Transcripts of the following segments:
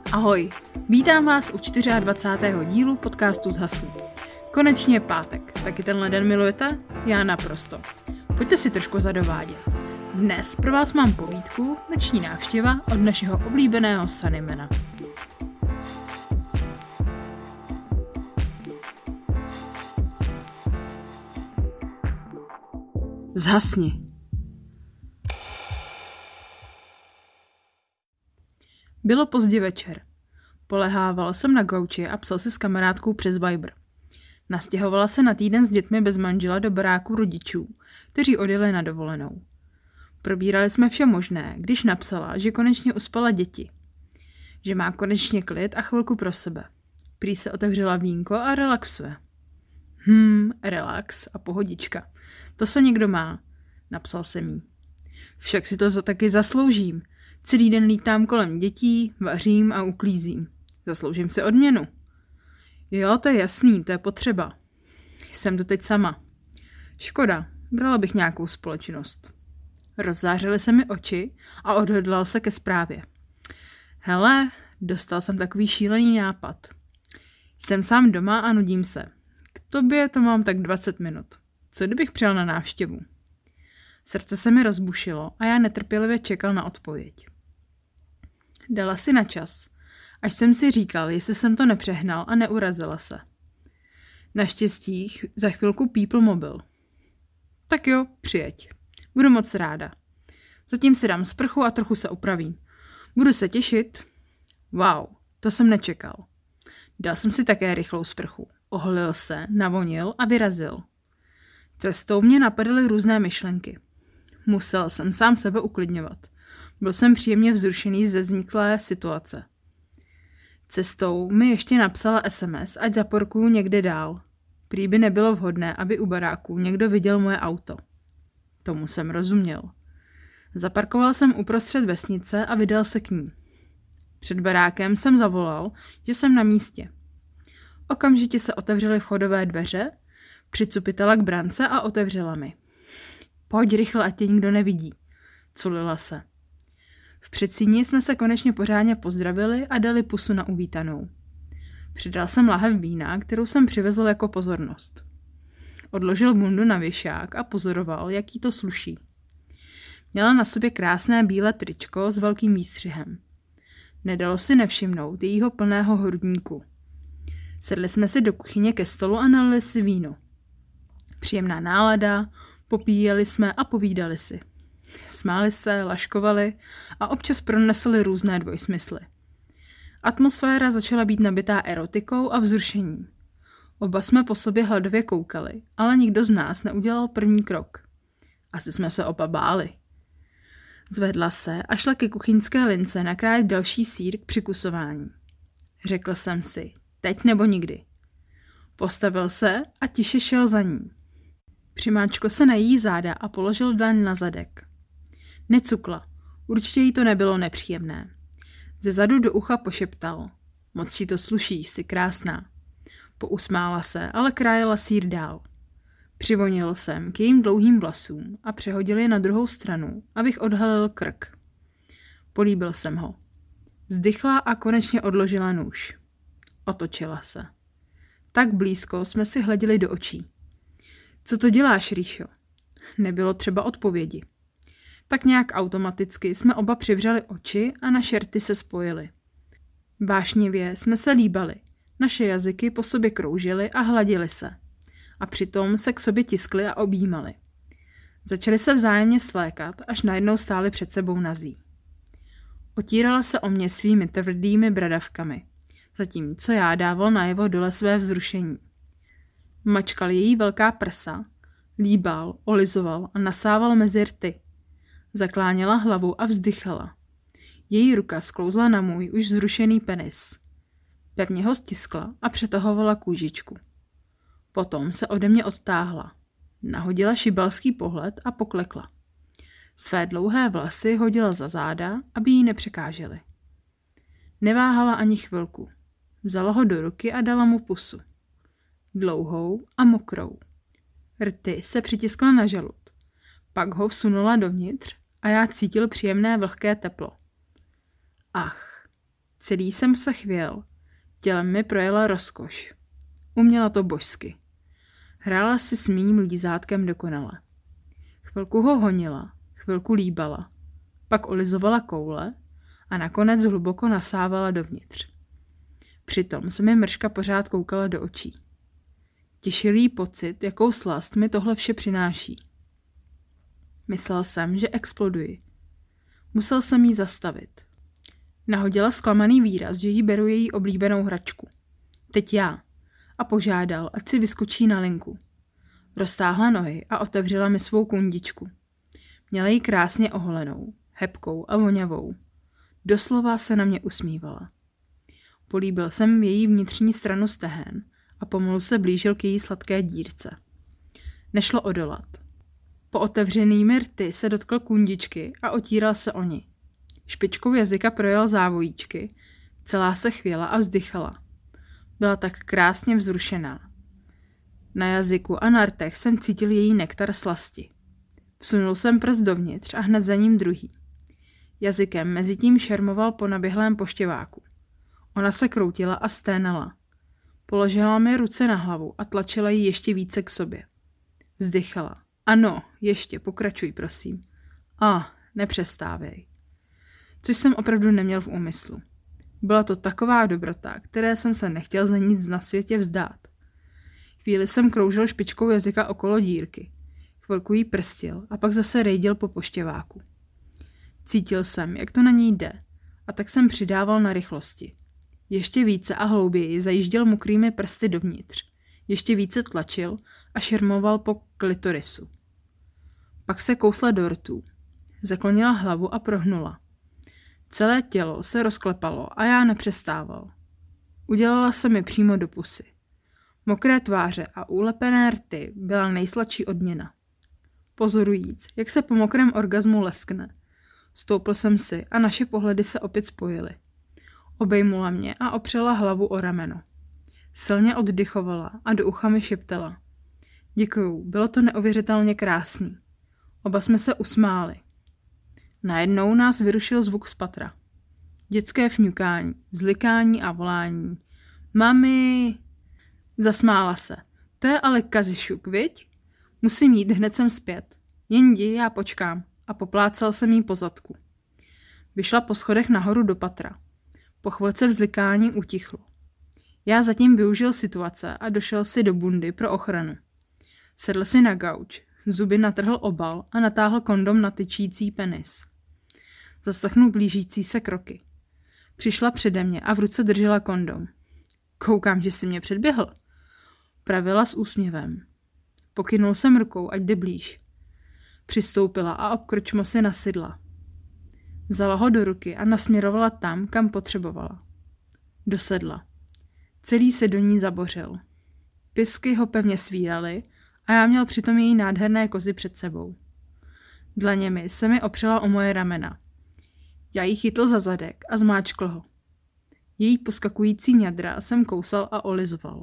Ahoj, vítám vás u 24. dílu podcastu Zhasni. Konečně pátek, taky tenhle den milujete? Já naprosto. Pojďte si trošku zadovádět. Dnes pro vás mám povídku Noční návštěva od našeho oblíbeného Sunnymana. Zhasni. Bylo pozdě večer. Polehával jsem na gauči a psal si s kamarádkou přes Viber. Nastěhovala se na týden s dětmi bez manžela do baráku rodičů, kteří odjeli na dovolenou. Probírali jsme vše možné, když napsala, že konečně uspala děti. Že má konečně klid a chvilku pro sebe. Prý se otevřela vínko a relaxuje. Relax a pohodička. To se někdo má, napsal jsem jí. Však si to taky zasloužím. Celý den lítám kolem dětí, vařím a uklízím. Zasloužím si odměnu. Jo, to je jasný, to je potřeba. Jsem tu teď sama. Škoda, brala bych nějakou společnost. Rozzářily se mi oči a odhodlal se ke zprávě. Hele, dostal jsem takový šílený nápad. Jsem sám doma a nudím se. K tobě to mám tak 20 minut. Co kdybych přijel na návštěvu? Srdce se mi rozbušilo a já netrpělivě čekal na odpověď. Dala si na čas, až jsem si říkal, jestli jsem to nepřehnal a neurazila se. Naštěstí za chvilku pípl mobil. Tak jo, přijeď. Budu moc ráda. Zatím si dám sprchu a trochu se upravím. Budu se těšit. Wow, to jsem nečekal. Dal jsem si také rychlou sprchu. Oholil se, navonil a vyrazil. Cestou mě napadaly různé myšlenky. Musel jsem sám sebe uklidňovat. Byl jsem příjemně vzrušený ze vzniklé situace. Cestou mi ještě napsala SMS, ať zaparkuju někde dál. Prý by nebylo vhodné, aby u baráku někdo viděl moje auto. Tomu jsem rozuměl. Zaparkoval jsem uprostřed vesnice a vydal se k ní. Před barákem jsem zavolal, že jsem na místě. Okamžitě se otevřely vchodové dveře, přicupitala k brance a otevřela mi. Pojď rychle, ať tě nikdo nevidí, culila se. V předsíni jsme se konečně pořádně pozdravili a dali pusu na uvítanou. Přidal jsem lahev vína, kterou jsem přivezl jako pozornost. Odložil bundu na věšák a pozoroval, jak jí to sluší. Měla na sobě krásné bílé tričko s velkým výstřihem. Nedalo si nevšimnout jejího plného hrudníku. Sedli jsme si do kuchyně ke stolu a nalili si víno. Příjemná nálada, popíjeli jsme a povídali si. Smáli se, laškovali a občas pronesli různé dvojsmysly. Atmosféra začala být nabitá erotikou a vzrušením. Oba jsme po sobě hladově koukali, ale nikdo z nás neudělal první krok. Asi jsme se oba báli. Zvedla se a šla ke kuchyňské lince nakrájet další sýr k přikusování. Řekl jsem si, teď nebo nikdy. Postavil se a tiše šel za ní. Přimáčkl se na její záda a položil dlaň na zadek. Necukla, určitě jí to nebylo nepříjemné. Ze zadu do ucha pošeptal. Moc ti to sluší, jsi krásná. Pousmála se, ale krájela sýr dál. Přivonil jsem k jejím dlouhým vlasům a přehodil je na druhou stranu, abych odhalil krk. Políbil jsem ho. Vzdychla a konečně odložila nůž. Otočila se. Tak blízko jsme si hleděli do očí. Co to děláš, Ríšo? Nebylo třeba odpovědi. Tak nějak automaticky jsme oba přivřeli oči a naše rty se spojily. Vášnivě jsme se líbali, naše jazyky po sobě kroužily a hladily se. A přitom se k sobě tiskli a objímali. Začali se vzájemně svlékat, až najednou stáli před sebou nazí. Otírala se o mě svými tvrdými bradavkami, zatímco já dával najevo dole své vzrušení. Mačkal její velká prsa, líbal, olizoval a nasával mezi rty. Zakláněla hlavu a vzdychala. Její ruka sklouzla na můj už vzrušený penis. Pevně ho stiskla a přetahovala kůžičku. Potom se ode mě odtáhla. Nahodila šibalský pohled a poklekla. Své dlouhé vlasy hodila za záda, aby jí nepřekážely. Neváhala ani chvilku. Vzala ho do ruky a dala mu pusu. Dlouhou a mokrou. Rty se přitiskla na žalud. Pak ho vsunula dovnitř a já cítil příjemné vlhké teplo. Ach, Celý jsem se chvěl. Tělem mi projela rozkoš. Uměla to božsky. Hrála si s mým lízátkem dokonale. Chvilku ho honila, chvilku líbala. Pak olizovala koule a nakonec hluboko nasávala dovnitř. Přitom se mi mrška pořád koukala do očí. Těšil jí pocit, jakou slast mi tohle vše přináší. Myslel jsem, že exploduji. Musel jsem jí zastavit. Nahodila zklamaný výraz, že jí beru její oblíbenou hračku. Teď já. A požádal, ať si vyskočí na linku. Roztáhla nohy a otevřela mi svou kundičku. Měla ji krásně oholenou, hebkou a voňavou. Doslova se na mě usmívala. Políbil jsem její vnitřní stranu stehen a pomalu se blížil k její sladké dírce. Nešlo odolat. Po otevřenými rty se dotkl kundičky a otíral se o ni. Špičkou jazyka projel závojíčky, celá se chvěla a vzdychala. Byla tak krásně vzrušená. Na jazyku a na rtech jsem cítil její nektar slasti. Vsunul jsem prst dovnitř a hned za ním druhý. Jazykem mezitím šermoval po naběhlém poštěváku. Ona se kroutila a sténala. Položila mi ruce na hlavu a tlačila ji ještě více k sobě. Vzdychala. Ano, ještě, pokračuj, prosím. Nepřestávej. Což jsem opravdu neměl v úmyslu. Byla to taková dobrota, které jsem se nechtěl za nic na světě vzdát. Chvíli jsem kroužil špičkou jazyka okolo dírky. Chvilku jí prstil a pak zase rejdil po poštěváku. Cítil jsem, jak to na ní jde, a tak jsem přidával na rychlosti. Ještě více a hlouběji zajížděl mokrými prsty dovnitř. Ještě více tlačil a šermoval po klitorisu. Pak se kousla do rtů. Zaklonila hlavu a prohnula. Celé tělo se rozklepalo a já nepřestával. Udělala se mi přímo do pusy. Mokré tváře a ulepené rty byla nejsladší odměna. Pozorujíc, jak se po mokrém orgazmu leskne, stoupl jsem si a naše pohledy se opět spojily. Obejmula mě a opřela hlavu o rameno. Silně oddychovala a do ucha mi šeptala. Děkuju, bylo to neuvěřitelně krásný. Oba jsme se usmáli. Najednou nás vyrušil zvuk z patra. Dětské fňukání, zlikání a volání. Mami! Zasmála se. To je ale Kazišuk, viď? Musím jít, hned jsem zpět. Jen jdi, já počkám. A poplácal jsem jí po zadku. Vyšla po schodech nahoru do patra. Po chvilce vzlikání utichlo. Já zatím využil situace a došel si do bundy pro ochranu. Sedl si na gauč, zuby natrhl obal a natáhl kondom na tyčící penis. Zaslechnul blížící se kroky. Přišla přede mě a v ruce držela kondom. Koukám, že si mě předběhl. Pravila s úsměvem. Pokynul jsem rukou, ať jde blíž. Přistoupila a obkrčmo si nasedla. Vzala ho do ruky a nasměrovala tam, kam potřebovala. Dosedla. Celý se do ní zabořil. Pisky ho pevně svíraly a já měl přitom její nádherné kozy před sebou. Dlaněmi se mi opřela o moje ramena. Já ji chytl za zadek a zmáčkl ho. Její poskakující ňadra jsem kousal a olizoval.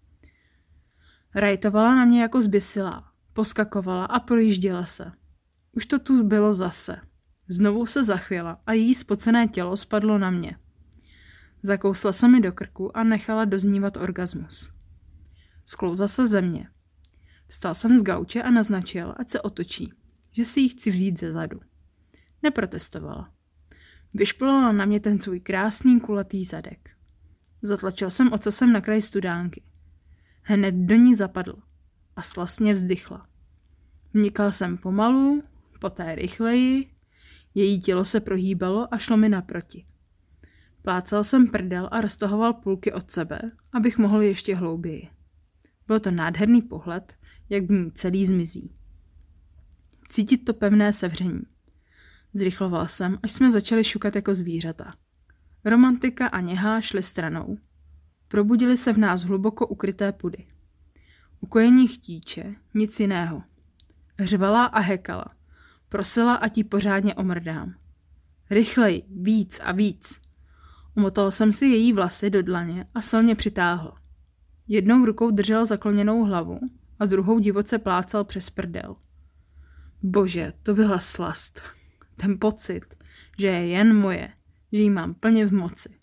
Rajtovala na mě jako zběsilá, poskakovala a projížděla se. Už to tu bylo zase. Znovu se zachvěla a její spocené tělo spadlo na mě. Zakousla se mi do krku a nechala doznívat orgasmus. Sklouzla se ze mě. Vstal jsem z gauče a naznačil, ať se otočí, že si ji chci vzít ze zadu. Neprotestovala. Vyšplala na mě ten svůj krásný kulatý zadek. Zatlačil jsem ocasem na kraj studánky. Hned do ní zapadl a slastně vzdychla. Vnikal jsem pomalu, poté rychleji, její tělo se prohýbalo a šlo mi naproti. Plácal jsem prdel a roztahoval půlky od sebe, abych mohl ještě hlouběji. Byl to nádherný pohled, jak v ní celý zmizí. Cítit to pevné sevření. Zrychloval jsem, až jsme začali šukat jako zvířata. Romantika a něha šly stranou. Probudily se v nás hluboko ukryté pudy. Ukojení chtíče, nic jiného. Řvala a hekala. Prosila, ať jí pořádně omrdám. Rychleji, víc a víc. Umotal jsem si její vlasy do dlaně a silně přitáhl. Jednou rukou držel zakloněnou hlavu a druhou divoce plácal přes prdel. Bože, to byla slast. Ten pocit, že je jen moje, že ji mám plně v moci.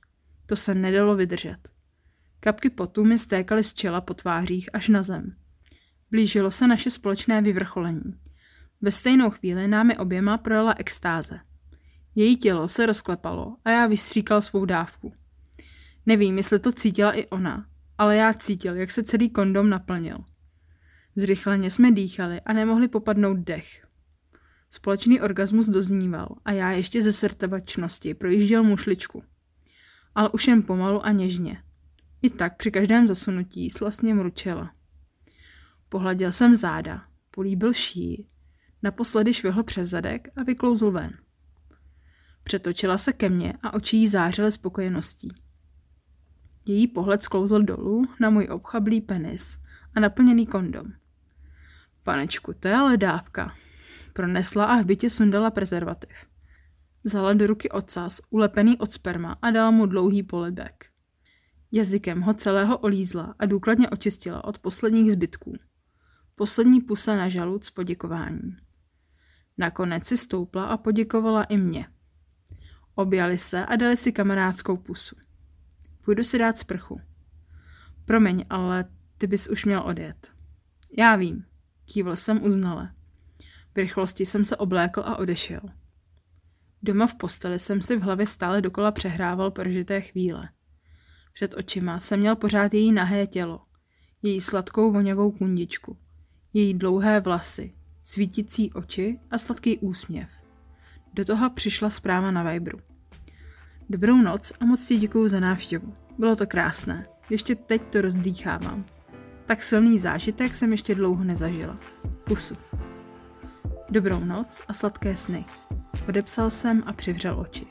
To se nedalo vydržet. Kapky potu mi stékaly z čela po tvářích až na zem. Blížilo se naše společné vyvrcholení. Ve stejnou chvíli námi oběma projela extáze. Její tělo se rozklepalo a já vystříkal svou dávku. Nevím, jestli to cítila i ona, ale já cítil, jak se celý kondom naplnil. Zrychleně jsme dýchali a nemohli popadnout dech. Společný orgasmus dozníval a já ještě ze srdevačnosti projížděl mušličku. Ale už jen pomalu a něžně. I tak při každém zasunutí slastně mručela. Pohladil jsem záda, políbil šíji, naposledy švihl přes zadek a vyklouzl ven. Přetočila se ke mně a oči jí zářily spokojeností. Její pohled sklouzl dolů na můj obchablý penis a naplněný kondom. Panečku, to je ale dávka. Pronesla a hbitě sundala prezervativ. Vzala do ruky ocas, ulepený od sperma a dala mu dlouhý polibek. Jazykem ho celého olízla a důkladně očistila od posledních zbytků. Poslední pusa na žalud s poděkováním. Nakonec si stoupla a poděkovala i mně. Objali se a dali si kamarádskou pusu. Půjdu si dát sprchu. Promiň, ale ty bys už měl odjet. Já vím, kývl jsem uznale. V rychlosti jsem se oblékl a odešel. Doma v posteli jsem si v hlavě stále dokola přehrával prožité chvíle. Před očima jsem měl pořád její nahé tělo, její sladkou voňavou kundičku, její dlouhé vlasy, svítící oči a sladký úsměv. Do toho přišla zpráva na Viberu. Dobrou noc a moc ti děkuju za návštěvu. Bylo to krásné. Ještě teď to rozdýchávám. Tak silný zážitek jsem ještě dlouho nezažila. Pusu. Dobrou noc a sladké sny. Odepsal jsem a přivřel oči.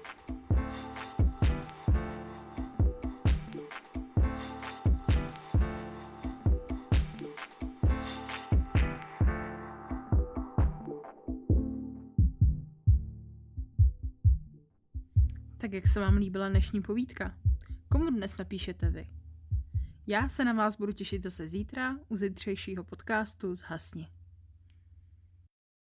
Tak jak se vám líbila dnešní povídka? Komu dnes napíšete vy? Já se na vás budu těšit zase zítra u zítřejšího podcastu Zhasni.